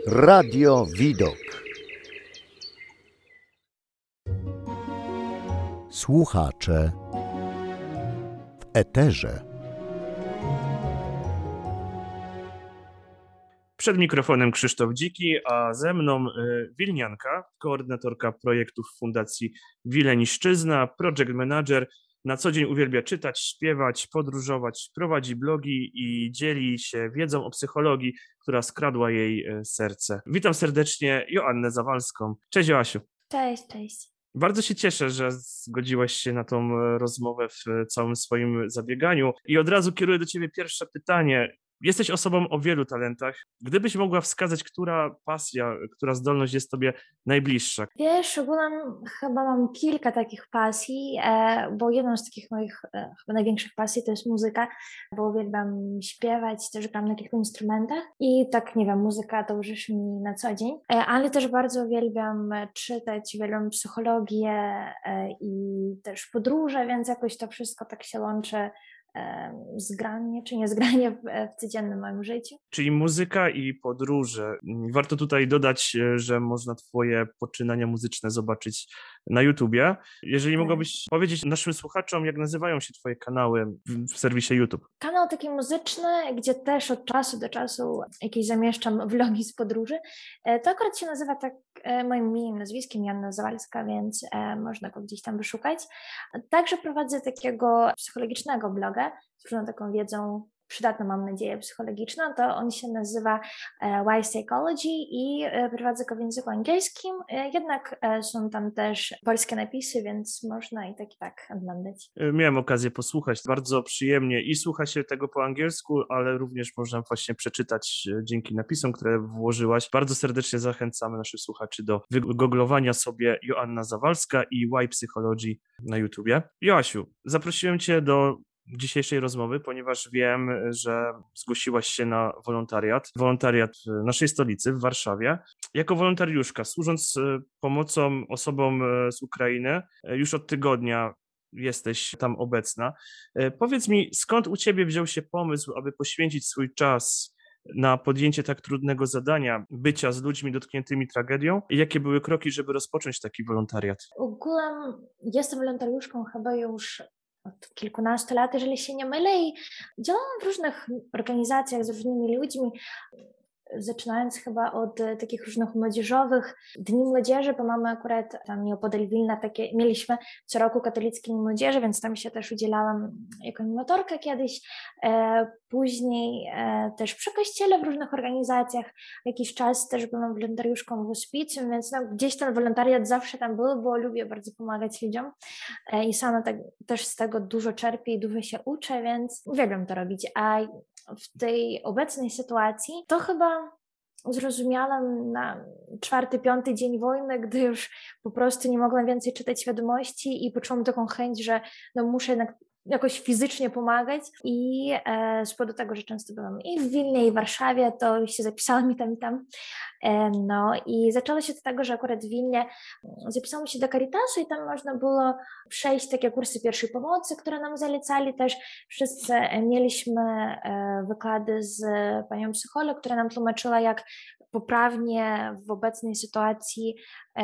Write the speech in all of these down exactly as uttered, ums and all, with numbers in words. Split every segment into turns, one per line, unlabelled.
Radio Widok. Słuchacze w eterze.
Przed mikrofonem Krzysztof Dziki, a ze mną Wilnianka, koordynatorka projektów Fundacji Wileniszczyzna, project manager. Na co dzień uwielbia czytać, śpiewać, podróżować, prowadzi blogi i dzieli się wiedzą o psychologii, która skradła jej serce. Witam serdecznie Joannę Zawalską. Cześć Joasiu.
Cześć, cześć.
Bardzo się cieszę, że zgodziłaś się na tą rozmowę w całym swoim zabieganiu i od razu kieruję do ciebie pierwsze pytanie. Jesteś osobą o wielu talentach. Gdybyś mogła wskazać, która pasja, która zdolność jest tobie najbliższa?
Wiesz, ogólnie chyba mam kilka takich pasji, bo jedną z takich moich chyba największych pasji to jest muzyka, bo uwielbiam śpiewać, też gram na kilku instrumentach i tak, nie wiem, muzyka towarzyszy mi na co dzień, ale też bardzo uwielbiam czytać, uwielbiam psychologię i też podróże, więc jakoś to wszystko tak się łączy zgranie czy niezgranie w, w codziennym moim życiu.
Czyli muzyka i podróże. Warto tutaj dodać, że można twoje poczynania muzyczne zobaczyć na YouTubie. Jeżeli tak. mogłabyś powiedzieć naszym słuchaczom, jak nazywają się twoje kanały w, w serwisie YouTube?
Kanał taki muzyczny, gdzie też od czasu do czasu jakieś zamieszczam vlogi z podróży. To akurat się nazywa tak moim imieniem, nazwiskiem, Joanna Zawalska, więc można go gdzieś tam wyszukać. Także prowadzę takiego psychologicznego bloga, z różną taką wiedzą przydatną, mam nadzieję, psychologiczną. To on się nazywa Why Psychology i prowadzę go w języku angielskim, jednak są tam też polskie napisy, więc można i tak i tak oglądać.
Miałem okazję posłuchać, bardzo przyjemnie i słucha się tego po angielsku, ale również można właśnie przeczytać dzięki napisom, które włożyłaś. Bardzo serdecznie zachęcamy naszych słuchaczy do wygooglowania sobie Joanna Zawalska i Why Psychology na YouTubie. Joasiu, zaprosiłem cię do dzisiejszej rozmowy, ponieważ wiem, że zgłosiłaś się na wolontariat, wolontariat w naszej stolicy, w Warszawie. Jako wolontariuszka, służąc pomocą osobom z Ukrainy, już od tygodnia jesteś tam obecna. Powiedz mi, skąd u ciebie wziął się pomysł, aby poświęcić swój czas na podjęcie tak trudnego zadania, bycia z ludźmi dotkniętymi tragedią i jakie były kroki, żeby rozpocząć taki wolontariat?
Ogółem jestem wolontariuszką chyba już od kilkunastu lat, jeżeli się nie mylę, i działałam w różnych organizacjach z różnymi ludźmi, zaczynając chyba od takich różnych młodzieżowych Dni Młodzieży, bo mamy akurat tam nieopodal Wilna takie, mieliśmy co roku katolickie Dni Młodzieży, więc tam się też udzielałam jako animatorka kiedyś, e, później e, też przy kościele w różnych organizacjach, jakiś czas też byłam wolontariuszką w hospicjum, więc no, gdzieś ten wolontariat zawsze tam był, bo lubię bardzo pomagać ludziom e, i sama tak, też z tego dużo czerpię i dużo się uczę, więc uwielbiam to robić, a w tej obecnej sytuacji to chyba zrozumiałam na czwarty, piąty dzień wojny, gdy już po prostu nie mogłam więcej czytać wiadomości i poczułam taką chęć, że no muszę jednak jakoś fizycznie pomagać i e, z powodu tego, że często byłam i w Wilnie, i w Warszawie, to się zapisałam i tam, i tam. E, no i zaczęło się od tego, że akurat w Wilnie zapisałam się do Caritasu i tam można było przejść takie kursy pierwszej pomocy, które nam zalecali też. Wszyscy mieliśmy e, wykłady z panią psycholog, która nam tłumaczyła, jak poprawnie w obecnej sytuacji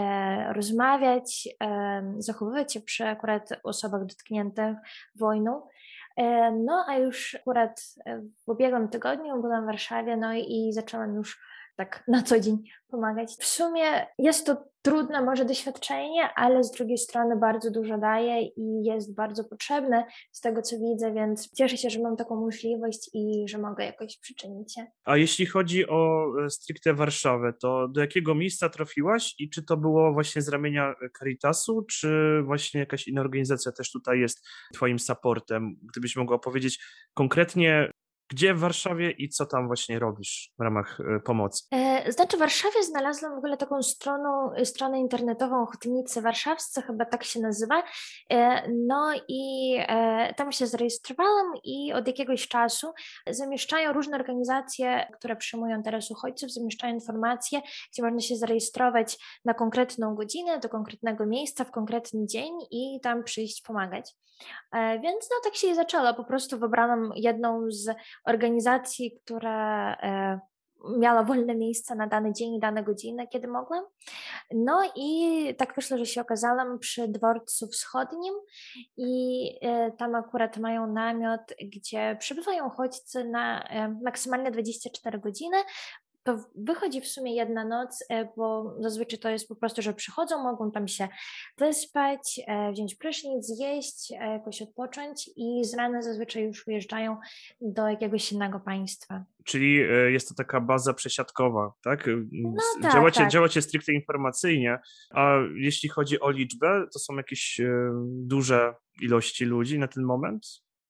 e, rozmawiać, e, zachowywać się przy akurat osobach dotkniętych wojną. E, no a już akurat w ubiegłym tygodniu byłam w Warszawie, no i, i zaczęłam już tak na co dzień pomagać. W sumie jest to trudne może doświadczenie, ale z drugiej strony bardzo dużo daje i jest bardzo potrzebne z tego, co widzę, więc cieszę się, że mam taką możliwość i że mogę jakoś przyczynić się.
A jeśli chodzi o stricte Warszawę, to do jakiego miejsca trafiłaś i czy to było właśnie z ramienia Caritasu, czy właśnie jakaś inna organizacja też tutaj jest twoim supportem? Gdybyś mogła powiedzieć konkretnie, gdzie w Warszawie i co tam właśnie robisz w ramach pomocy?
E, znaczy w Warszawie znalazłam w ogóle taką stroną, stronę internetową Ochotnicy Warszawscy, chyba tak się nazywa, e, no i e, tam się zarejestrowałam i od jakiegoś czasu zamieszczają różne organizacje, które przyjmują teraz uchodźców, zamieszczają informacje, gdzie można się zarejestrować na konkretną godzinę, do konkretnego miejsca, w konkretny dzień i tam przyjść pomagać. E, więc no tak się i zaczęło, po prostu wybrałam jedną z organizacji, która e, miała wolne miejsce na dany dzień i dane godziny, kiedy mogłam. No i tak wyszło, że się okazałam przy dworcu wschodnim i e, tam akurat mają namiot, gdzie przebywają uchodźcy na e, maksymalnie dwadzieścia cztery godziny. To wychodzi w sumie jedna noc, e, bo zazwyczaj to jest po prostu, że przychodzą, mogą tam się wyspać, e, wziąć prysznic, zjeść, e, jakoś odpocząć i z rana zazwyczaj już wyjeżdżają do jakiegoś innego państwa.
Czyli e, jest to taka baza przesiadkowa, tak?
No
S-
tak,
Działacie,
tak.
działacie stricte informacyjnie, a jeśli chodzi o liczbę, to są jakieś e, duże ilości ludzi na ten moment?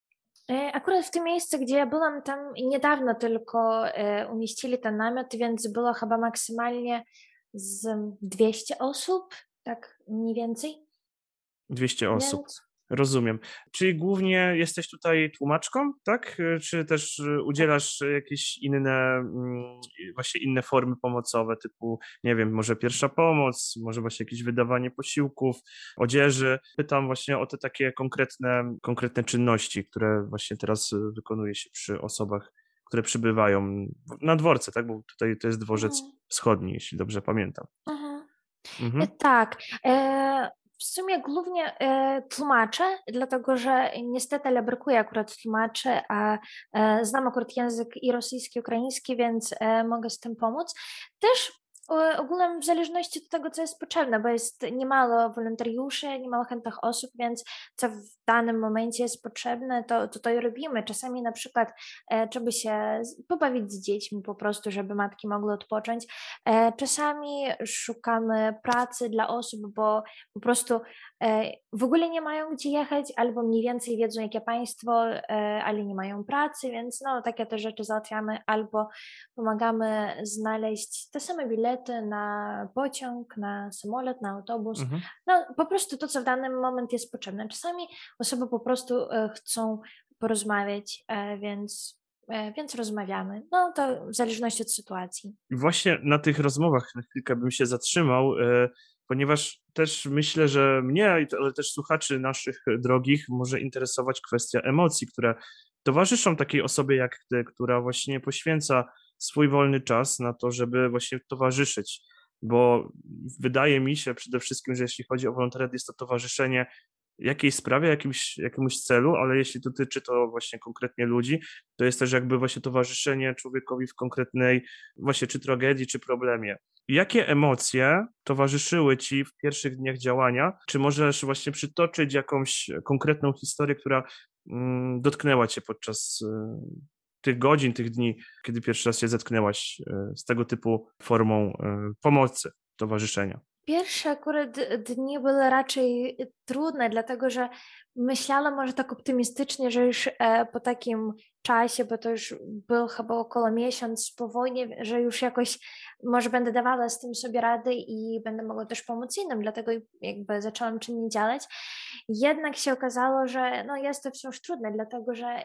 E, Akurat w tym miejscu, gdzie ja byłam, tam niedawno tylko e, umieścili ten namiot, więc było chyba maksymalnie z dwieście osób, tak mniej więcej.
dwieście osób.
Więc
Rozumiem. Czyli głównie jesteś tutaj tłumaczką, tak? E, Czy też e,
tak.
udzielasz jakieś inne, mm, właśnie inne formy pomocowe, typu, nie wiem, może pierwsza pomoc, może właśnie jakieś wydawanie posiłków, odzieży. Pytam właśnie o te takie konkretne, konkretne czynności, które właśnie teraz e, wykonuje się przy osobach, które przybywają na dworce, tak? Bo tutaj to jest dworzec
Mhm.
wschodni, jeśli dobrze pamiętam.
Mhm. E,
Mhm.
Tak. E, W sumie głównie e, tłumaczę, dlatego że niestety, ale brakuje akurat tłumaczy, a e, znam akurat język i rosyjski, i ukraiński, więc e, mogę z tym pomóc. Też e, ogólnie w zależności od tego, co jest potrzebne, bo jest niemało wolontariuszy, niemało chętnych osób, więc co w danym momencie jest potrzebne, to tutaj robimy. Czasami na przykład e, trzeba się z- pobawić z dziećmi po prostu, żeby matki mogły odpocząć. E, Czasami szukamy pracy dla osób, bo po prostu e, w ogóle nie mają gdzie jechać, albo mniej więcej wiedzą, jakie państwo, e, ale nie mają pracy, więc no, takie te rzeczy załatwiamy, albo pomagamy znaleźć te same bilety na pociąg, na samolot, na autobus.
Mhm.
No, po prostu to, co w danym moment jest potrzebne. Czasami osoby po prostu e, chcą porozmawiać, e, więc, e, więc rozmawiamy. No, to w zależności od sytuacji.
I właśnie na tych rozmowach na chwilkę bym się zatrzymał, e, ponieważ też myślę, że mnie, i to- ale też słuchaczy naszych drogich może interesować kwestia emocji, które towarzyszą takiej osobie jak ty, która właśnie poświęca swój wolny czas na to, żeby właśnie towarzyszyć. Bo wydaje mi się przede wszystkim, że jeśli chodzi o wolontariat, jest to towarzyszenie jakiejś sprawie, jakimś, jakiemuś celu, ale jeśli dotyczy to właśnie konkretnie ludzi, to jest też jakby właśnie towarzyszenie człowiekowi w konkretnej właśnie czy tragedii, czy problemie. Jakie emocje towarzyszyły ci w pierwszych dniach działania? Czy możesz właśnie przytoczyć jakąś konkretną historię, która mm, dotknęła cię podczas y, tych godzin, tych dni, kiedy pierwszy raz się zetknęłaś y, z tego typu formą y, pomocy, towarzyszenia?
Pierwsze akurat dni były raczej trudne, dlatego że myślałam może tak optymistycznie, że już e, po takim czasie, bo to już był chyba około miesiąc po wojnie, że już jakoś może będę dawała z tym sobie radę i będę mogła też pomóc innym, dlatego jakby zaczęłam czynnie działać. Jednak się okazało, że no jest to wciąż trudne, dlatego że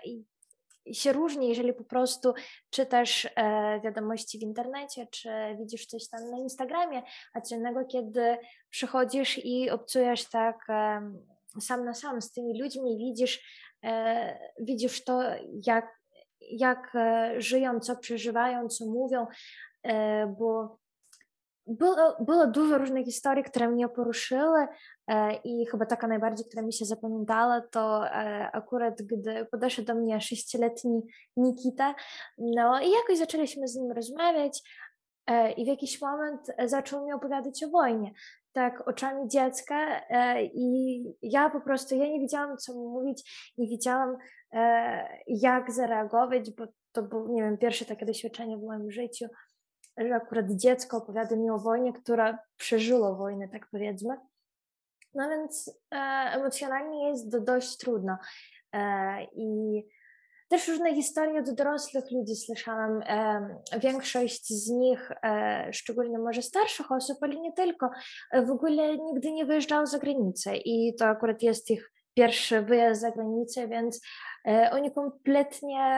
się różni, jeżeli po prostu czytasz e, wiadomości w internecie, czy widzisz coś tam na Instagramie, a co innego, kiedy przychodzisz i obcujesz tak e, sam na sam z tymi ludźmi, widzisz, e, widzisz to, jak, jak e, żyją, co przeżywają, co mówią, e, bo było, było dużo różnych historii, które mnie poruszyły e, i chyba taka najbardziej, która mi się zapamiętała, to e, akurat gdy podeszł do mnie sześcioletni Nikita, no i jakoś zaczęliśmy z nim rozmawiać e, i w jakiś moment zaczął mi opowiadać o wojnie, tak oczami dziecka e, i ja po prostu, ja nie wiedziałam, co mu mówić, nie wiedziałam, e, jak zareagować, bo to było, nie wiem, pierwsze takie doświadczenie w moim życiu, że akurat dziecko opowiada mi o wojnie, która przeżyło wojnę, tak powiedzmy. No więc e, emocjonalnie jest do, dość trudno. E, I też różne historie od dorosłych ludzi słyszałam. E, większość z nich, e, szczególnie może starszych osób, ale nie tylko, e, w ogóle nigdy nie wyjeżdżało za granicę i to akurat jest ich pierwszy wyjazd za granicę, więc e, oni kompletnie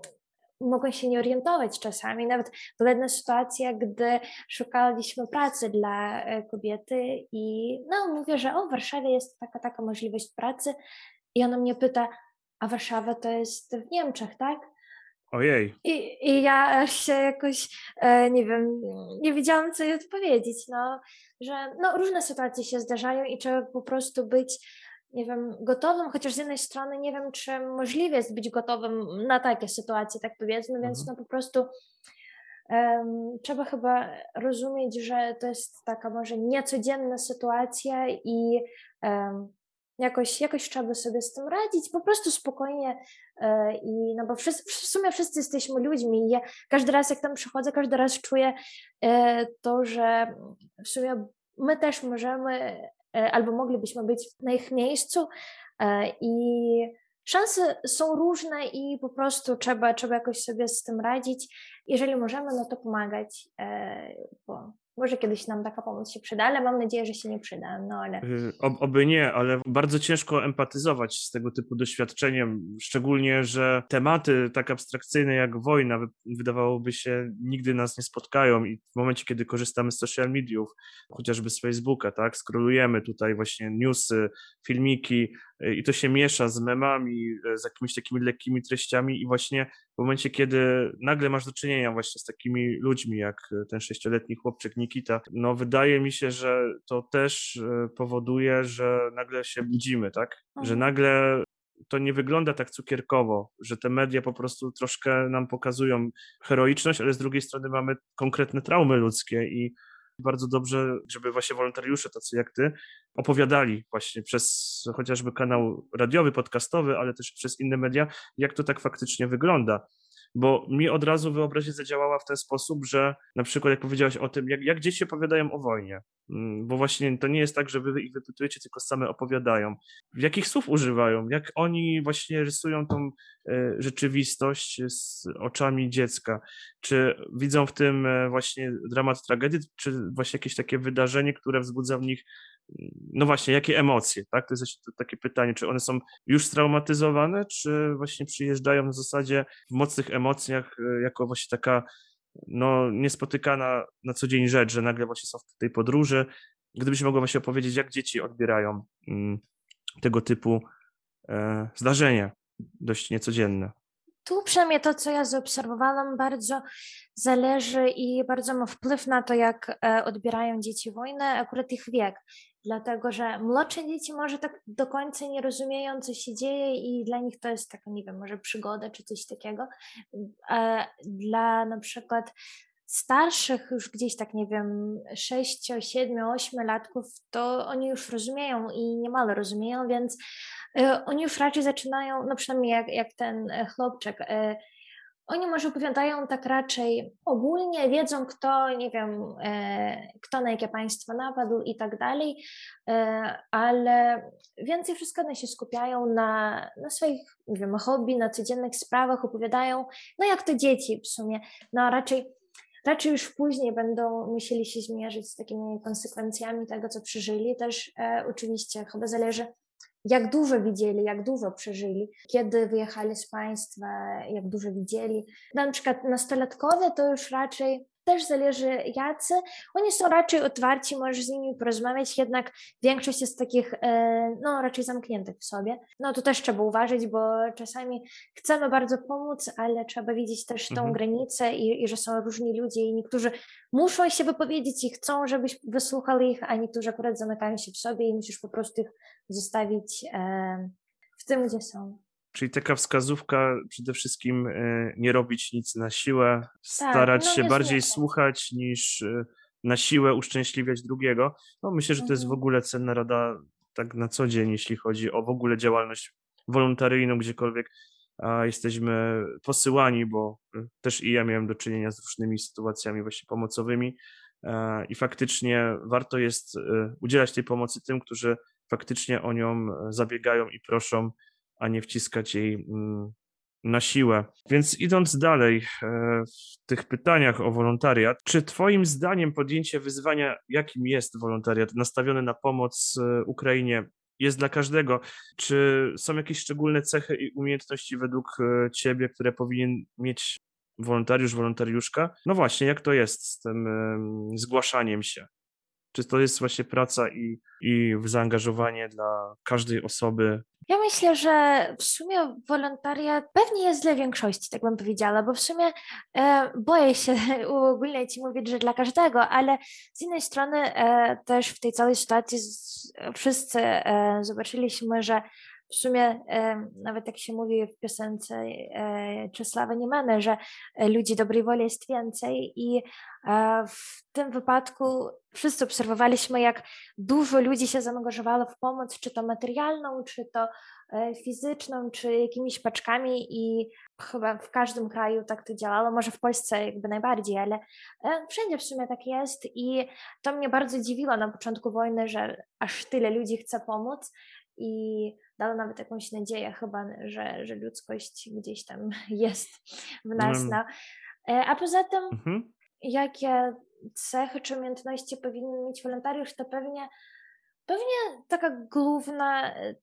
mogą się nie orientować czasami. Nawet była jedna sytuacja, gdy szukaliśmy pracy dla e, kobiety i no mówię, że o, w Warszawie jest taka, taka możliwość pracy i ona mnie pyta, a Warszawa to jest w Niemczech, tak?
Ojej.
I, i ja aż się jakoś, e, nie wiem, nie wiedziałam, co jej odpowiedzieć, no, że no, różne sytuacje się zdarzają i trzeba po prostu być, nie wiem, gotowym, chociaż z jednej strony nie wiem, czy możliwe jest być gotowym na takie sytuacje, tak powiedzmy, więc
Mhm.
no po prostu em, trzeba chyba rozumieć, że to jest taka może niecodzienna sytuacja i em, jakoś, jakoś trzeba sobie z tym radzić, po prostu spokojnie e, i no bo wszyscy, w sumie wszyscy jesteśmy ludźmi i ja każdy raz jak tam przychodzę, każdy raz czuję e, to, że w sumie my też możemy e, albo moglibyśmy być na ich miejscu e, i szanse są różne i po prostu trzeba, trzeba jakoś sobie z tym radzić. Jeżeli możemy, no to pomagać, e, bo może kiedyś nam taka pomoc się przyda, ale mam nadzieję, że się nie przyda, no ale...
Y, ob- Oby nie, ale bardzo ciężko empatyzować z tego typu doświadczeniem, szczególnie, że tematy tak abstrakcyjne jak wojna wy- wydawałoby się nigdy nas nie spotkają i w momencie, kiedy korzystamy z social mediów, chociażby z Facebooka, tak, scrollujemy tutaj właśnie newsy, filmiki y, i to się miesza z memami, y, z jakimiś takimi lekkimi treściami i właśnie w momencie, kiedy nagle masz do czynienia właśnie z takimi ludźmi, jak y, ten sześcioletni chłopczyk Nikita, no wydaje mi się, że to też y, powoduje, że nagle się budzimy, tak? Że
Mhm.
nagle to nie wygląda tak cukierkowo, że te media po prostu troszkę nam pokazują heroiczność, ale z drugiej strony mamy konkretne traumy ludzkie i bardzo dobrze, żeby właśnie wolontariusze tacy jak ty opowiadali właśnie przez chociażby kanał radiowy, podcastowy, ale też przez inne media, jak to tak faktycznie wygląda. Bo mi od razu wyobraźnia zadziałała w ten sposób, że na przykład jak powiedziałaś o tym, jak, jak dzieci opowiadają o wojnie, mm, bo właśnie to nie jest tak, że wy ich wypytujecie, tylko same opowiadają. Jakich słów używają, jak oni właśnie rysują tą e, rzeczywistość z oczami dziecka, czy widzą w tym e, właśnie dramat tragedii, czy właśnie jakieś takie wydarzenie, które wzbudza w nich, mm, no właśnie, jakie emocje, tak? To jest jeszcze to takie pytanie, czy one są już straumatyzowane, czy właśnie przyjeżdżają na zasadzie w mocnych emocjach, e, jako właśnie taka no, niespotykana na co dzień rzecz, że nagle właśnie są w tej podróży. Gdybyś mogła właśnie opowiedzieć, jak dzieci odbierają mm, tego typu e, zdarzenia, dość niecodzienne.
Tu przynajmniej to, co ja zaobserwowałam, bardzo zależy i bardzo ma wpływ na to, jak e, odbierają dzieci wojnę, akurat ich wiek. Dlatego, że młodsze dzieci może tak do końca nie rozumieją, co się dzieje i dla nich to jest taka, nie wiem, może przygoda czy coś takiego. A dla na przykład starszych już gdzieś tak, nie wiem, sześć, siedem, osiem latków, to oni już rozumieją i niemalo rozumieją, więc e, oni już raczej zaczynają, no przynajmniej jak, jak ten e, chłopczyk, e, oni może opowiadają tak raczej ogólnie, wiedzą kto, nie wiem, e, kto na jakie państwo napadł i tak dalej, e, ale więcej wszystko one się skupiają na, na swoich, nie wiem, hobby, na codziennych sprawach, opowiadają, no jak to dzieci w sumie, no raczej Raczej już później będą musieli się zmierzyć z takimi konsekwencjami tego, co przeżyli. Też e, oczywiście chyba zależy, jak dużo widzieli, jak dużo przeżyli, kiedy wyjechali z państwa, jak dużo widzieli. Na przykład nastolatkowie to już raczej też zależy jacy. Oni są raczej otwarci, możesz z nimi porozmawiać, jednak większość jest takich, e, no raczej zamkniętych w sobie. No to też trzeba uważać, bo czasami chcemy bardzo pomóc, ale trzeba widzieć też tą
Mhm.
granicę i, i że są różni ludzie i niektórzy muszą się wypowiedzieć i chcą, żebyś wysłuchał ich, a niektórzy akurat zamykają się w sobie i musisz po prostu ich zostawić e, w tym, gdzie są.
Czyli taka wskazówka przede wszystkim e, nie robić nic na siłę,
Tak,
starać
no
się
nie
bardziej
zmuszać.
słuchać niż e, na siłę uszczęśliwiać drugiego. No myślę, że to jest w
Mhm.
ogóle cenna rada tak na co dzień, jeśli chodzi o w ogóle działalność wolontaryjną, gdziekolwiek a jesteśmy posyłani, bo e, też i ja miałem do czynienia z różnymi sytuacjami właśnie pomocowymi e, i faktycznie warto jest e, udzielać tej pomocy tym, którzy faktycznie o nią e, zabiegają i proszą, a nie wciskać jej mm, na siłę. Więc idąc dalej e, w tych pytaniach o wolontariat, czy Twoim zdaniem podjęcie wyzwania, jakim jest wolontariat, nastawiony na pomoc e, Ukrainie, jest dla każdego? Czy są jakieś szczególne cechy i umiejętności według e, Ciebie, które powinien mieć wolontariusz, wolontariuszka? No właśnie, jak to jest z tym em, zgłaszaniem się? Czy to jest właśnie praca i, i zaangażowanie dla każdej osoby?
Ja myślę, że w sumie wolontariat pewnie jest dla większości, tak bym powiedziała, bo w sumie e, boję się uogólniać i mówić, że dla każdego, ale z innej strony e, też w tej całej sytuacji z, wszyscy e, zobaczyliśmy, że w sumie e, nawet jak się mówi w piosence e, Czesława Niemany, że e, ludzi dobrej woli jest więcej i e, w tym wypadku wszyscy obserwowaliśmy, jak dużo ludzi się zaangażowało w pomoc, czy to materialną, czy to e, fizyczną, czy jakimiś paczkami i chyba w każdym kraju tak to działało, może w Polsce jakby najbardziej, ale e, wszędzie w sumie tak jest i to mnie bardzo dziwiło na początku wojny, że aż tyle ludzi chce pomóc i dało nawet jakąś nadzieję chyba, że, że ludzkość gdzieś tam jest w nas.
Mm.
No. E, A poza tym,
Mhm.
jakie cechy czy umiejętności powinien mieć wolontariusz, to pewnie, pewnie taka główna, e,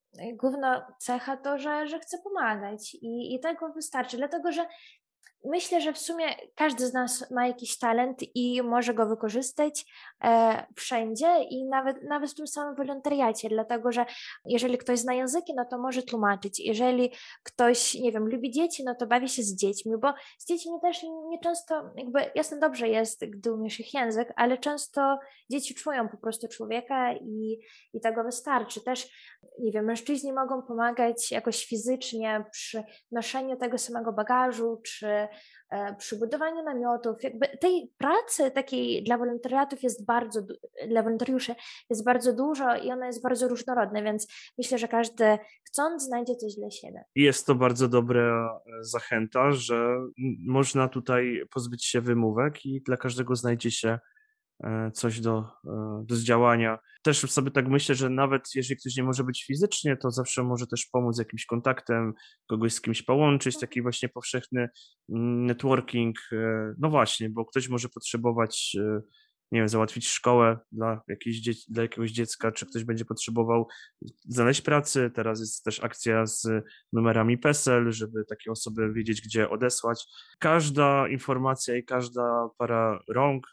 główna cecha to, że, że chce pomagać i, i tego wystarczy, dlatego że myślę, że w sumie każdy z nas ma jakiś talent i może go wykorzystać e, wszędzie i nawet, nawet w tym samym wolontariacie, dlatego że jeżeli ktoś zna języki, no to może tłumaczyć. Jeżeli ktoś, nie wiem, lubi dzieci, no to bawi się z dziećmi, bo z dziećmi też nie często, jakby jasne dobrze jest, gdy umiesz ich język, ale często dzieci czują po prostu człowieka i, i tego wystarczy. Też, nie wiem, mężczyźni mogą pomagać jakoś fizycznie przy noszeniu tego samego bagażu, czy e, przy budowaniu namiotów. Jakby tej pracy takiej dla wolontariatów jest bardzo, du- dla wolontariuszy jest bardzo dużo i ona jest bardzo różnorodna, więc myślę, że każdy chcąc znajdzie coś dla siebie.
I jest to bardzo dobra e, zachęta, że m- można tutaj pozbyć się wymówek i dla każdego znajdzie się e, coś do, e, do zdziałania. Też sobie tak myślę, że nawet jeżeli ktoś nie może być fizycznie, to zawsze może też pomóc jakimś kontaktem, kogoś z kimś połączyć, taki właśnie powszechny mm, networking. e, No właśnie, bo ktoś może potrzebować, e, nie wiem, załatwić szkołę dla, jakiejś dzie- dla jakiegoś dziecka, czy ktoś będzie potrzebował znaleźć pracy. Teraz jest też akcja z numerami PESEL, żeby takie osoby wiedzieć, gdzie odesłać. Każda informacja i każda para rąk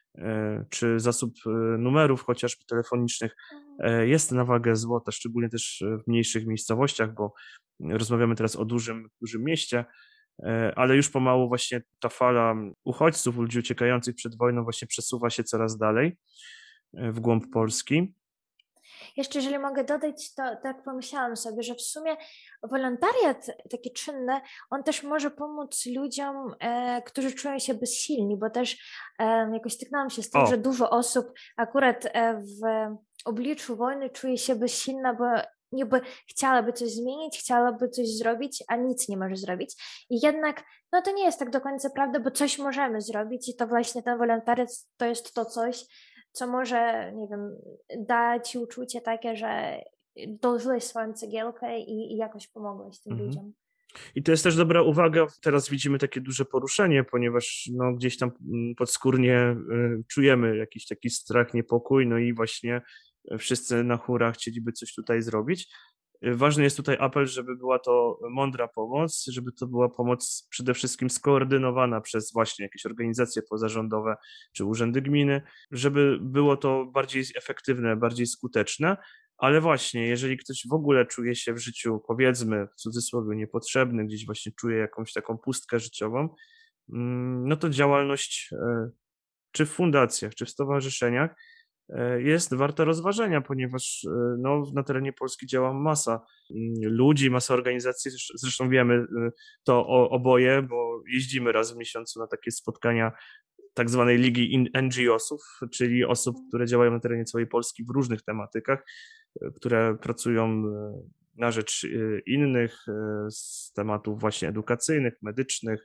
e, czy zasób e, numerów chociażby telefonicznych e, jest na wagę złota, szczególnie też e, w mniejszych miejscowościach, bo rozmawiamy teraz o dużym, dużym mieście, e, ale już pomału właśnie ta fala uchodźców, ludzi uciekających przed wojną właśnie przesuwa się coraz dalej e, w głąb Polski.
Jeszcze jeżeli mogę dodać, to tak pomyślałam sobie, że w sumie wolontariat taki czynny, on też może pomóc ludziom, e, którzy czują się bezsilni, bo też e, jakoś styknęłam się z tym,
O.
że dużo osób akurat e, w obliczu wojny czuje się bezsilna, bo niby chciałaby coś zmienić, chciałaby coś zrobić, a nic nie może zrobić. I jednak no to nie jest tak do końca prawda, bo coś możemy zrobić i to właśnie ten wolontariat to jest to coś, co może, nie wiem, dać ci uczucie takie, że dołożyłeś swoją cegiełkę i, i jakoś pomogłeś tym
Mhm.
ludziom.
I to jest też dobra uwaga, teraz widzimy takie duże poruszenie, ponieważ no, gdzieś tam mm, podskórnie y, czujemy jakiś taki strach, niepokój, no i właśnie y, wszyscy na hura chcieliby coś tutaj zrobić. Y, Ważny jest tutaj apel, żeby była to mądra pomoc, żeby to była pomoc przede wszystkim skoordynowana przez właśnie jakieś organizacje pozarządowe czy urzędy gminy, żeby było to bardziej efektywne, bardziej skuteczne. Ale właśnie, jeżeli ktoś w ogóle czuje się w życiu, powiedzmy, w cudzysłowie, niepotrzebny, gdzieś właśnie czuje jakąś taką pustkę życiową, mm, no to działalność e, czy w fundacjach, czy w stowarzyszeniach e, jest warta rozważenia, ponieważ e, no, na terenie Polski działa masa mm, ludzi, masa organizacji, zresz- zresztą wiemy e, to o, oboje, bo jeździmy raz w miesiącu na takie spotkania tak zwanej Ligi in- N G O sów, czyli osób, które działają na terenie całej Polski w różnych tematykach, e, które pracują e, na rzecz e, innych e, z tematów właśnie edukacyjnych, medycznych,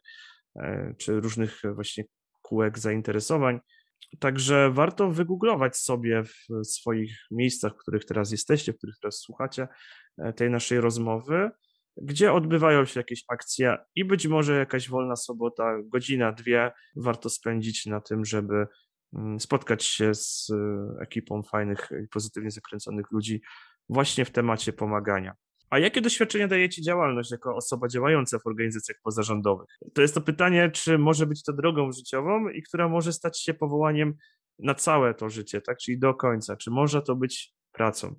e, czy różnych e, właśnie kółek zainteresowań. Także warto wygooglować sobie w swoich miejscach, w których teraz jesteście, w których teraz słuchacie e, tej naszej rozmowy, gdzie odbywają się jakieś akcje i być może jakaś wolna sobota, godzina, dwie warto spędzić na tym, żeby mm, spotkać się z e, ekipą fajnych i pozytywnie zakręconych ludzi właśnie w temacie pomagania. A jakie doświadczenia daje Ci działalność jako osoba działająca w organizacjach pozarządowych? To jest to pytanie, czy może być to drogą życiową i która może stać się powołaniem na całe to życie, tak? Czyli do końca. Czy może to być pracą?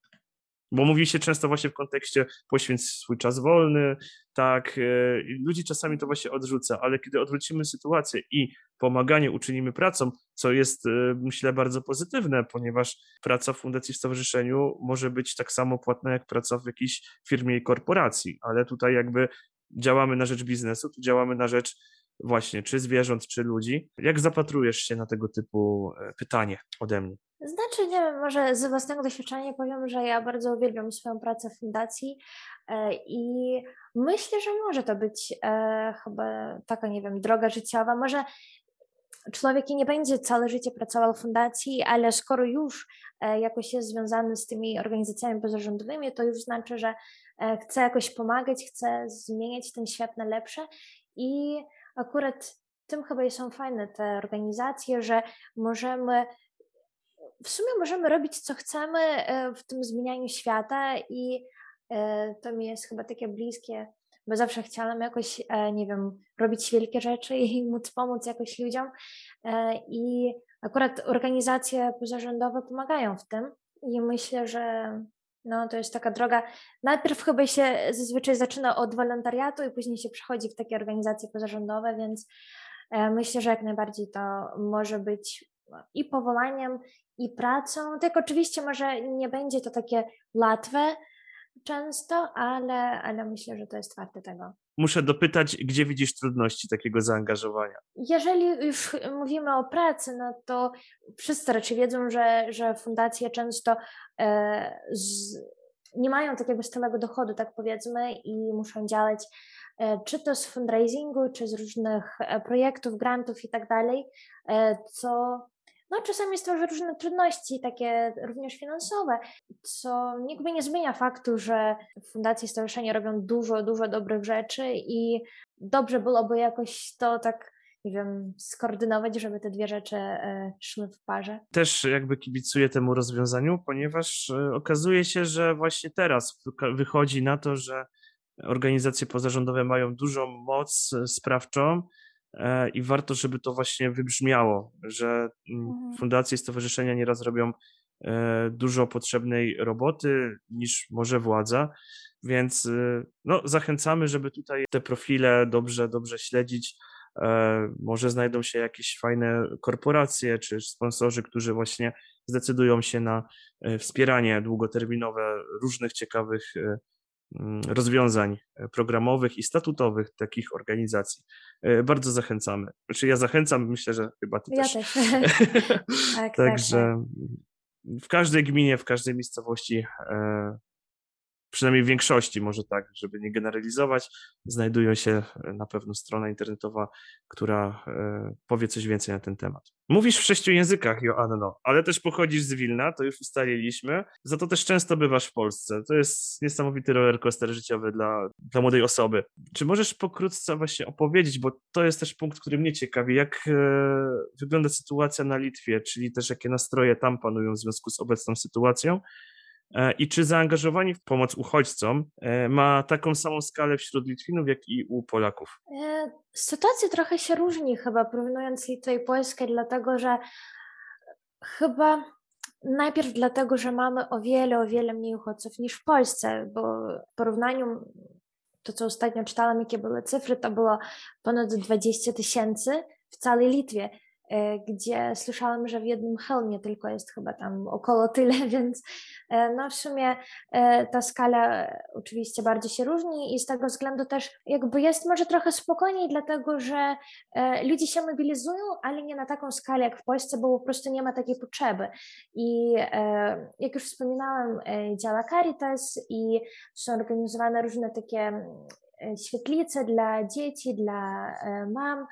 Bo mówi się często właśnie w kontekście poświęć swój czas wolny, tak, e, i ludzi czasami to właśnie odrzuca, ale kiedy odwrócimy sytuację i pomaganie uczynimy pracą, co jest, e, myślę, bardzo pozytywne, ponieważ praca w fundacji, w stowarzyszeniu może być tak samo płatna jak praca w jakiejś firmie i korporacji, ale tutaj jakby działamy na rzecz biznesu, tu działamy na rzecz właśnie czy zwierząt, czy ludzi. Jak zapatrujesz się na tego typu e, pytanie ode mnie?
Znaczy, nie wiem, może z własnego doświadczenia powiem, że ja bardzo uwielbiam swoją pracę w fundacji e, i myślę, że może to być e, chyba taka, nie wiem, droga życiowa. Może człowiek i nie będzie całe życie pracował w fundacji, ale skoro już e, jakoś jest związany z tymi organizacjami pozarządowymi, to już znaczy, że e, chce jakoś pomagać, chce zmieniać ten świat na lepsze i akurat tym chyba są fajne te organizacje, że możemy w sumie możemy robić co chcemy e, w tym zmienianiu świata i e, to mi jest chyba takie bliskie, bo zawsze chciałam jakoś, e, nie wiem, robić wielkie rzeczy i móc pomóc jakoś ludziom e, i akurat organizacje pozarządowe pomagają w tym i myślę, że no, to jest taka droga, najpierw chyba się zazwyczaj zaczyna od wolontariatu i później się przechodzi w takie organizacje pozarządowe, więc e, myślę, że jak najbardziej to może być i powołaniem, i pracą. Tak oczywiście może nie będzie to takie łatwe często, ale, ale myślę, że to jest warte tego.
Muszę dopytać, gdzie widzisz trudności takiego zaangażowania?
Jeżeli już mówimy o pracy, no to wszyscy raczej wiedzą, że, że fundacje często e, z, nie mają takiego stałego dochodu, tak powiedzmy, i muszą działać e, czy to z fundraisingu, czy z różnych e, projektów, grantów i tak dalej, e, co no, czasami stwarza różne trudności, takie również finansowe, co jakby nie zmienia faktu, że fundacje i stowarzyszenia robią dużo, dużo dobrych rzeczy i dobrze byłoby jakoś to tak, nie wiem, skoordynować, żeby te dwie rzeczy e, szły w parze.
Też jakby kibicuję temu rozwiązaniu, ponieważ e, okazuje się, że właśnie teraz wyka- wychodzi na to, że organizacje pozarządowe mają dużą moc e, sprawczą e, i warto, żeby to właśnie wybrzmiało, że mm,
Mhm.
fundacje i stowarzyszenia nieraz robią e, dużo potrzebnej roboty niż może władza, więc e, no, zachęcamy, żeby tutaj te profile dobrze, dobrze śledzić. E, Może znajdą się jakieś fajne korporacje czy sponsorzy, którzy właśnie zdecydują się na e, wspieranie długoterminowe różnych ciekawych e, mm, rozwiązań e, programowych i statutowych takich organizacji. E, Bardzo zachęcamy. Znaczy ja zachęcam, myślę, że chyba ty
Ja
też.
też. Tak, tak,
Także
tak.
w każdej gminie, w każdej miejscowości, e, przynajmniej w większości, może tak, żeby nie generalizować, znajdują się na pewno strona internetowa, która e, powie coś więcej na ten temat. Mówisz w sześciu językach, Joanno, ale też pochodzisz z Wilna, to już ustaliliśmy, za to też często bywasz w Polsce. To jest niesamowity rollercoaster życiowy dla, dla młodej osoby. Czy możesz pokrótce właśnie opowiedzieć, bo to jest też punkt, który mnie ciekawi, jak e, wygląda sytuacja na Litwie, czyli też jakie nastroje tam panują w związku z obecną sytuacją? I czy zaangażowanie w pomoc uchodźcom ma taką samą skalę wśród Litwinów, jak i u Polaków?
E, Sytuacja trochę się różni chyba porównując Litwę i Polskę, dlatego że chyba najpierw dlatego, że mamy o wiele, o wiele mniej uchodźców niż w Polsce, bo w porównaniu to, co ostatnio czytałam, jakie były cyfry, to było ponad dwadzieścia tysięcy w całej Litwie, gdzie słyszałam, że w jednym Chełmie tylko jest chyba tam około tyle, więc no w sumie ta skala oczywiście bardzo się różni i z tego względu też jakby jest może trochę spokojniej, dlatego że ludzie się mobilizują, ale nie na taką skalę jak w Polsce, bo po prostu nie ma takiej potrzeby. I jak już wspominałam, działa Caritas i są organizowane różne takie świetlice dla dzieci, dla mam.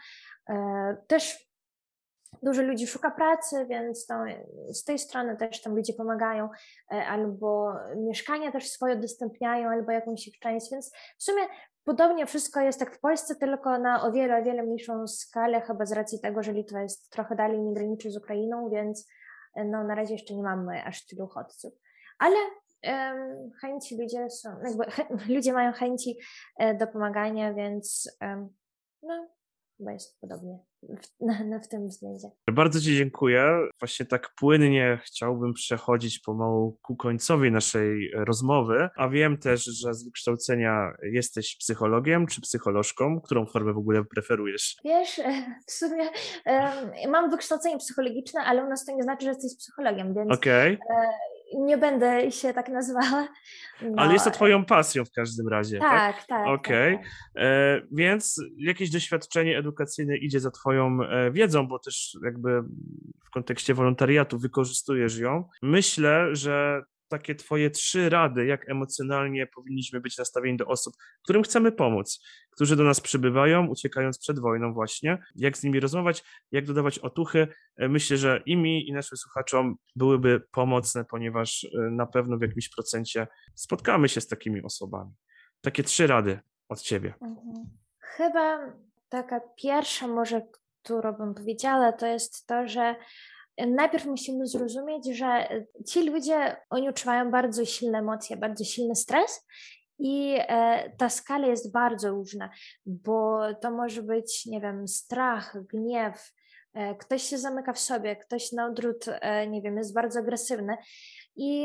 Też dużo ludzi szuka pracy, więc to, z tej strony też tam ludzie pomagają, albo mieszkania też swoje udostępniają, albo jakąś ich część, więc w sumie podobnie wszystko jest jak w Polsce, tylko na o wiele, o wiele mniejszą skalę, chyba z racji tego, że Litwa jest trochę dalej, nie graniczy z Ukrainą, więc no, na razie jeszcze nie mamy aż tylu uchodźców. Ale um, chęci ludzie są, jakby, ludzie mają chęci do pomagania, więc um, no, chyba jest podobnie w, na, w tym względzie.
Bardzo Ci dziękuję. Właśnie tak płynnie chciałbym przechodzić pomału ku końcowi naszej rozmowy, a wiem też, że z wykształcenia jesteś psychologiem czy psycholożką. Którą formę w ogóle preferujesz?
Wiesz, w sumie um, mam wykształcenie psychologiczne, ale u nas to nie znaczy, że jesteś psychologiem, więc
Okej.
okay. nie będę się tak nazywała. No,
Ale jest to Twoją pasją w każdym razie, tak?
tak, tak.
Okej.
Tak, tak.
E, Więc jakieś doświadczenie edukacyjne idzie za Twoją e, wiedzą, bo też jakby w kontekście wolontariatu wykorzystujesz ją. Myślę, że takie Twoje trzy rady, jak emocjonalnie powinniśmy być nastawieni do osób, którym chcemy pomóc, którzy do nas przybywają, uciekając przed wojną właśnie, jak z nimi rozmawiać, jak dodawać otuchy. Myślę, że i mi, i naszym słuchaczom byłyby pomocne, ponieważ na pewno w jakimś procencie spotkamy się z takimi osobami. Takie trzy rady od Ciebie.
Mhm. Chyba taka pierwsza może, którą bym powiedziała, to jest to, że najpierw musimy zrozumieć, że ci ludzie, oni odczuwają bardzo silne emocje, bardzo silny stres i e, ta skala jest bardzo różna, bo to może być, nie wiem, strach, gniew, e, ktoś się zamyka w sobie, ktoś na odwrót, e, nie wiem, jest bardzo agresywny i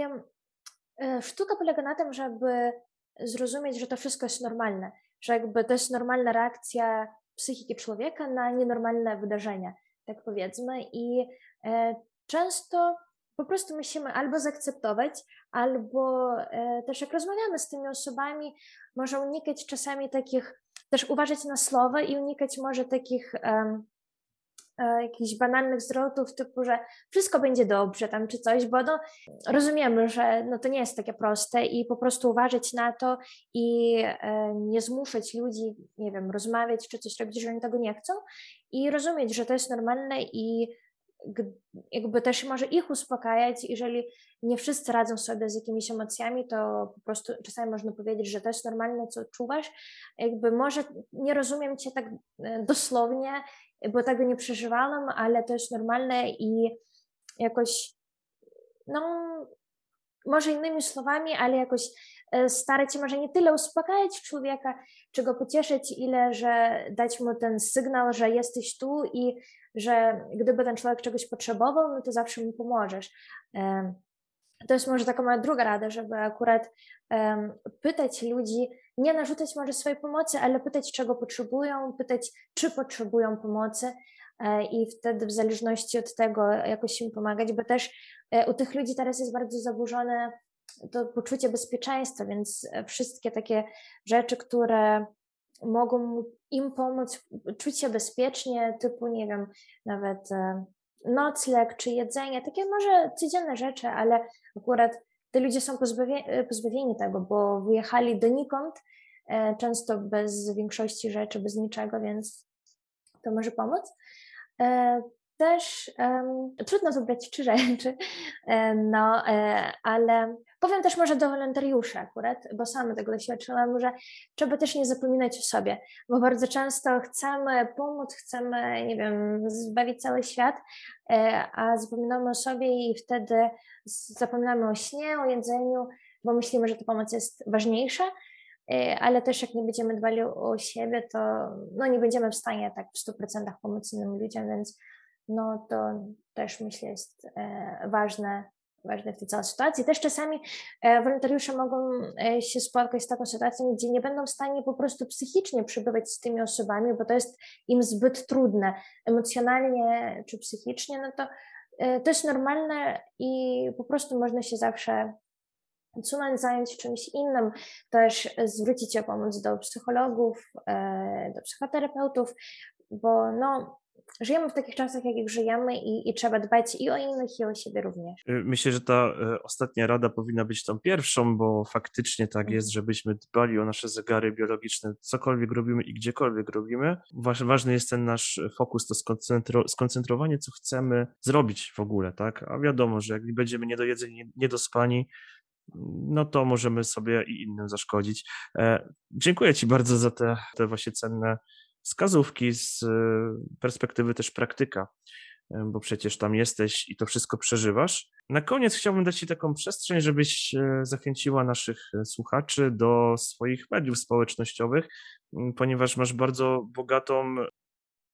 e, sztuka polega na tym, żeby zrozumieć, że to wszystko jest normalne, że jakby to jest normalna reakcja psychiki człowieka na nienormalne wydarzenia, tak powiedzmy, i e, często po prostu musimy albo zaakceptować, albo e, też jak rozmawiamy z tymi osobami, może unikać czasami takich, też uważać na słowa i unikać może takich e, e, jakichś banalnych zwrotów typu, że wszystko będzie dobrze tam czy coś, bo no, rozumiemy, że no, to nie jest takie proste i po prostu uważać na to i e, nie zmuszać ludzi, nie wiem, rozmawiać czy coś robić, że oni tego nie chcą i rozumieć, że to jest normalne i jakby też może ich uspokajać, jeżeli nie wszyscy radzą sobie z jakimiś emocjami, to po prostu czasami można powiedzieć, że to jest normalne, co czuwasz, jakby może nie rozumiem Cię tak dosłownie, bo tego nie przeżywałam, ale to jest normalne i jakoś, no może innymi słowami, ale jakoś starać się może nie tyle uspokajać człowieka, czy go pocieszyć, ile że dać mu ten sygnał, że jesteś tu i że gdyby ten człowiek czegoś potrzebował, no to zawsze mu pomożesz. To jest może taka moja druga rada, żeby akurat um, pytać ludzi, nie narzucać może swojej pomocy, ale pytać, czego potrzebują, pytać, czy potrzebują pomocy e, i wtedy w zależności od tego jakoś im pomagać, bo też e, u tych ludzi teraz jest bardzo zaburzone to poczucie bezpieczeństwa, więc wszystkie takie rzeczy, które mogą im pomóc czuć się bezpiecznie, typu, nie wiem, nawet e, nocleg czy jedzenie, takie może codzienne rzeczy, ale akurat te ludzie są pozbawieni, pozbawieni tego, bo wyjechali donikąd, e, często bez większości rzeczy, bez niczego, więc to może pomóc. E, też um, trudno wybrać trzy rzeczy, e, no, e, ale powiem też może do wolontariuszy akurat, bo sama tego doświadczyłam, że trzeba też nie zapominać o sobie, bo bardzo często chcemy pomóc, chcemy, nie wiem, zbawić cały świat, e, a zapominamy o sobie i wtedy zapominamy o śnie, o jedzeniu, bo myślimy, że ta pomoc jest ważniejsza, e, ale też jak nie będziemy dbali o siebie, to no, nie będziemy w stanie tak w stu procentach pomóc innym ludziom, więc no to też myślę jest e, ważne, ważne w tej całej sytuacji. Też czasami e, wolontariusze mogą e, się spotkać z taką sytuacją, gdzie nie będą w stanie po prostu psychicznie przebywać z tymi osobami, bo to jest im zbyt trudne emocjonalnie czy psychicznie, no to e, to jest normalne i po prostu można się zawsze odsunąć, zająć czymś innym, też zwrócić się o pomoc do psychologów, e, do psychoterapeutów, bo no żyjemy w takich czasach, jakich żyjemy i, i trzeba dbać i o innych, i o siebie również.
Myślę, że ta e, ostatnia rada powinna być tą pierwszą, bo faktycznie tak jest, żebyśmy dbali o nasze zegary biologiczne, cokolwiek robimy i gdziekolwiek robimy. Waż, ważny jest ten nasz fokus, to skonцентro, skoncentrowanie, co chcemy zrobić w ogóle, tak? A wiadomo, że jak będziemy niedojedzeni, niedospani, no to możemy sobie i innym zaszkodzić. E, dziękuję Ci bardzo za te, te właśnie cenne wskazówki z perspektywy też praktyka, bo przecież tam jesteś i to wszystko przeżywasz. Na koniec chciałbym dać Ci taką przestrzeń, żebyś zachęciła naszych słuchaczy do swoich mediów społecznościowych, ponieważ masz bardzo bogatą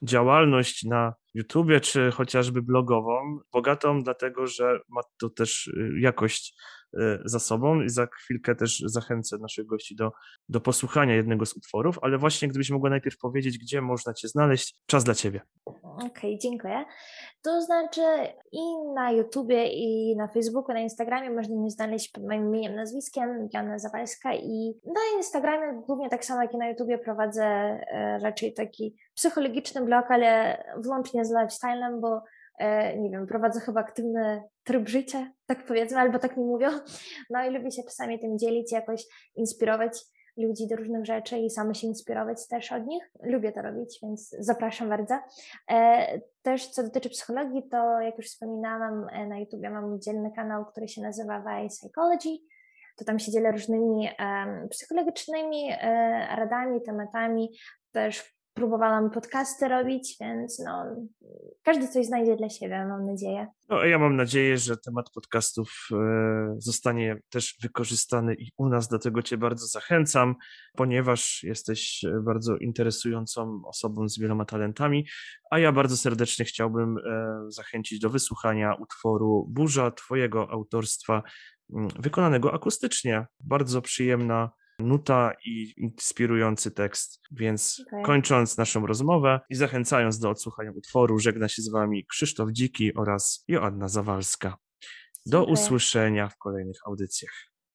działalność na YouTubie, czy chociażby blogową, bogatą, dlatego że ma to też y, jakość y, za sobą i za chwilkę też zachęcę naszych gości do, do posłuchania jednego z utworów, ale właśnie gdybyś mogła najpierw powiedzieć, gdzie można Cię znaleźć, czas dla Ciebie.
Okej, okay, dziękuję. To znaczy i na YouTubie, i na Facebooku, na Instagramie można mnie znaleźć pod moim imieniem, nazwiskiem, Joanna Zawalska, i na Instagramie, głównie tak samo jak i na YouTubie, prowadzę e, raczej taki psychologiczny blog, ale włącznie z lifestylem, bo e, nie wiem, prowadzę chyba aktywny tryb życia, tak powiedzmy, albo tak mi mówią. No i lubię się czasami tym dzielić, jakoś inspirować ludzi do różnych rzeczy i same się inspirować też od nich. Lubię to robić, więc zapraszam bardzo. E, też co dotyczy psychologii, to jak już wspominałam, na YouTubie mam dzielny kanał, który się nazywa Why Psychology. To tam się dzielę różnymi um, psychologicznymi e, radami, tematami. Też próbowałam podcasty robić, więc no, każdy coś znajdzie dla siebie, mam nadzieję.
No, a ja mam nadzieję, że temat podcastów e, zostanie też wykorzystany i u nas, do tego Cię bardzo zachęcam, ponieważ jesteś bardzo interesującą osobą z wieloma talentami, a ja bardzo serdecznie chciałbym e, zachęcić do wysłuchania utworu Burza, Twojego autorstwa, m, wykonanego akustycznie. Bardzo przyjemna nuta i inspirujący tekst, więc okay. Kończąc naszą rozmowę i zachęcając do odsłuchania utworu, żegna się z Wami Krzysztof Dziki oraz Joanna Zawalska. Do Dziękuję. Usłyszenia w kolejnych audycjach.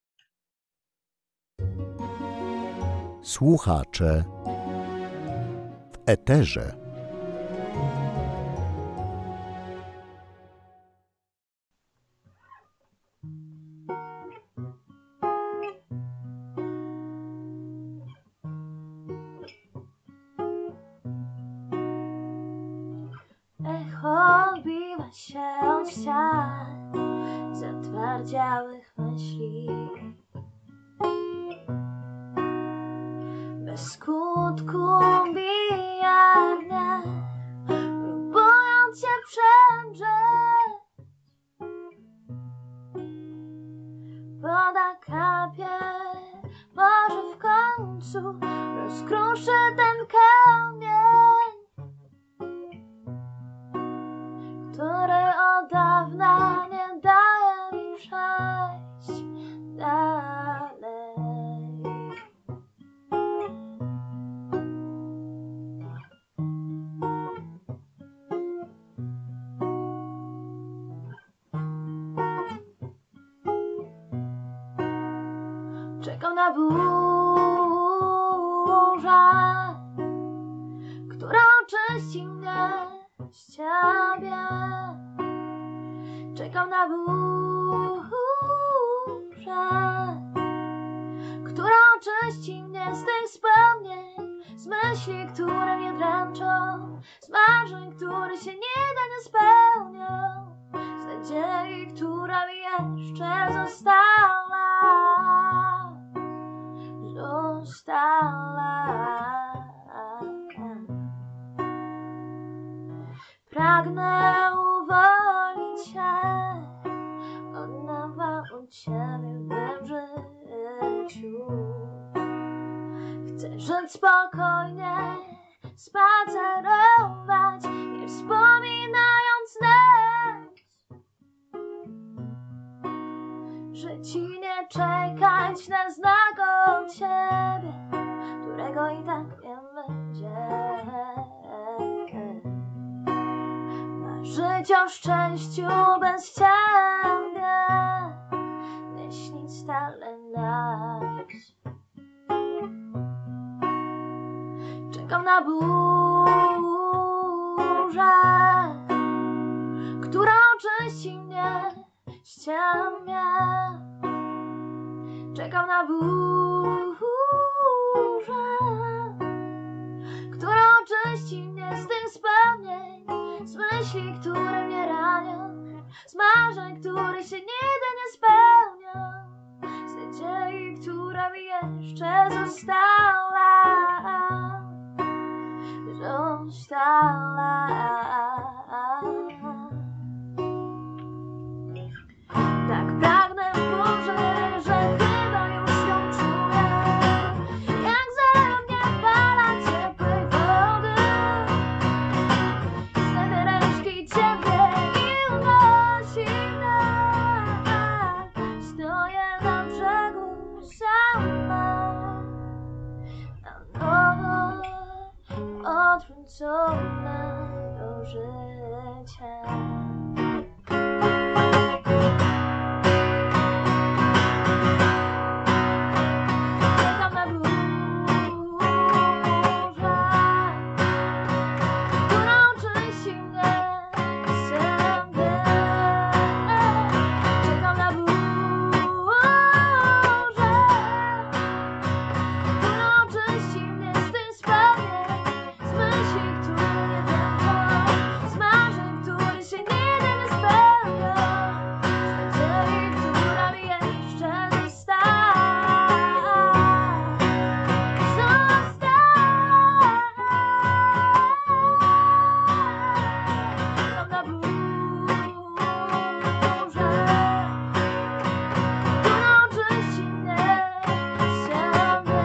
Słuchacze w eterze.
Odbiwa się od ścian zatwardziałych myśli, bez skutku bija mnie, próbując się przemrzeć. Woda kapie, może w końcu rozkruszy ten kamień, który od dawna nie daje mi przejść dalej. Czekam na burzę, która oczyści mnie z Ciebie. Czekam na burzę, która oczyści mnie z tych wspomnień, z myśli, które mnie dręczą, z marzeń, które się nigdy nie spełnią, z nadziei, która mi jeszcze została, została. Pragnę uwolnić się od nawału Ciebie w mym życiu. Chcę żyć spokojnie, spacerować, nie wspominając nas. Żyć i nie czekać na znak od Ciebie, którego i tak nie będzie. Żyć o szczęściu bez Ciebie, nie śnić stale nas. Czekam na burzę, która oczyści mnie z Ciebie. Czekam na burzę, która oczyści mnie z tych wspomnień, z myśli, które mnie ranią, z marzeń, które się nigdy nie spełnią, z nadziei, która mi jeszcze została, została. Tak pragnę burzy, że chyba już ją czuję, jak zalew mnie fala ciepłej wody. życie. Czekam na burzę, którą czyści mnie siebie. Czekam na burzę, którą czyści mnie z tych wspomnień, z myśli, które nie dręczą, z marzeń, które się nigdy nie spełnią, z nadziei, która mi jeszcze została. Została. Czekam na burzę, którą czyści mnie siebie.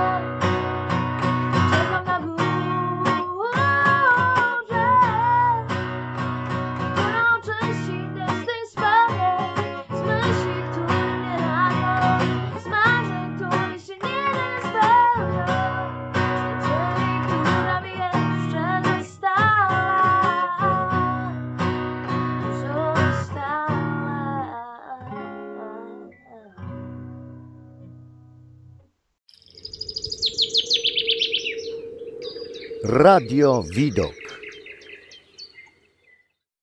Czekam na burzę, którą czyści mnie z tych wspomnień, z myśli, które mnie ranią, z marzeń, które się nigdy nie spełnią, z nadziei, która mi jeszcze została. Została.
Radio Widok.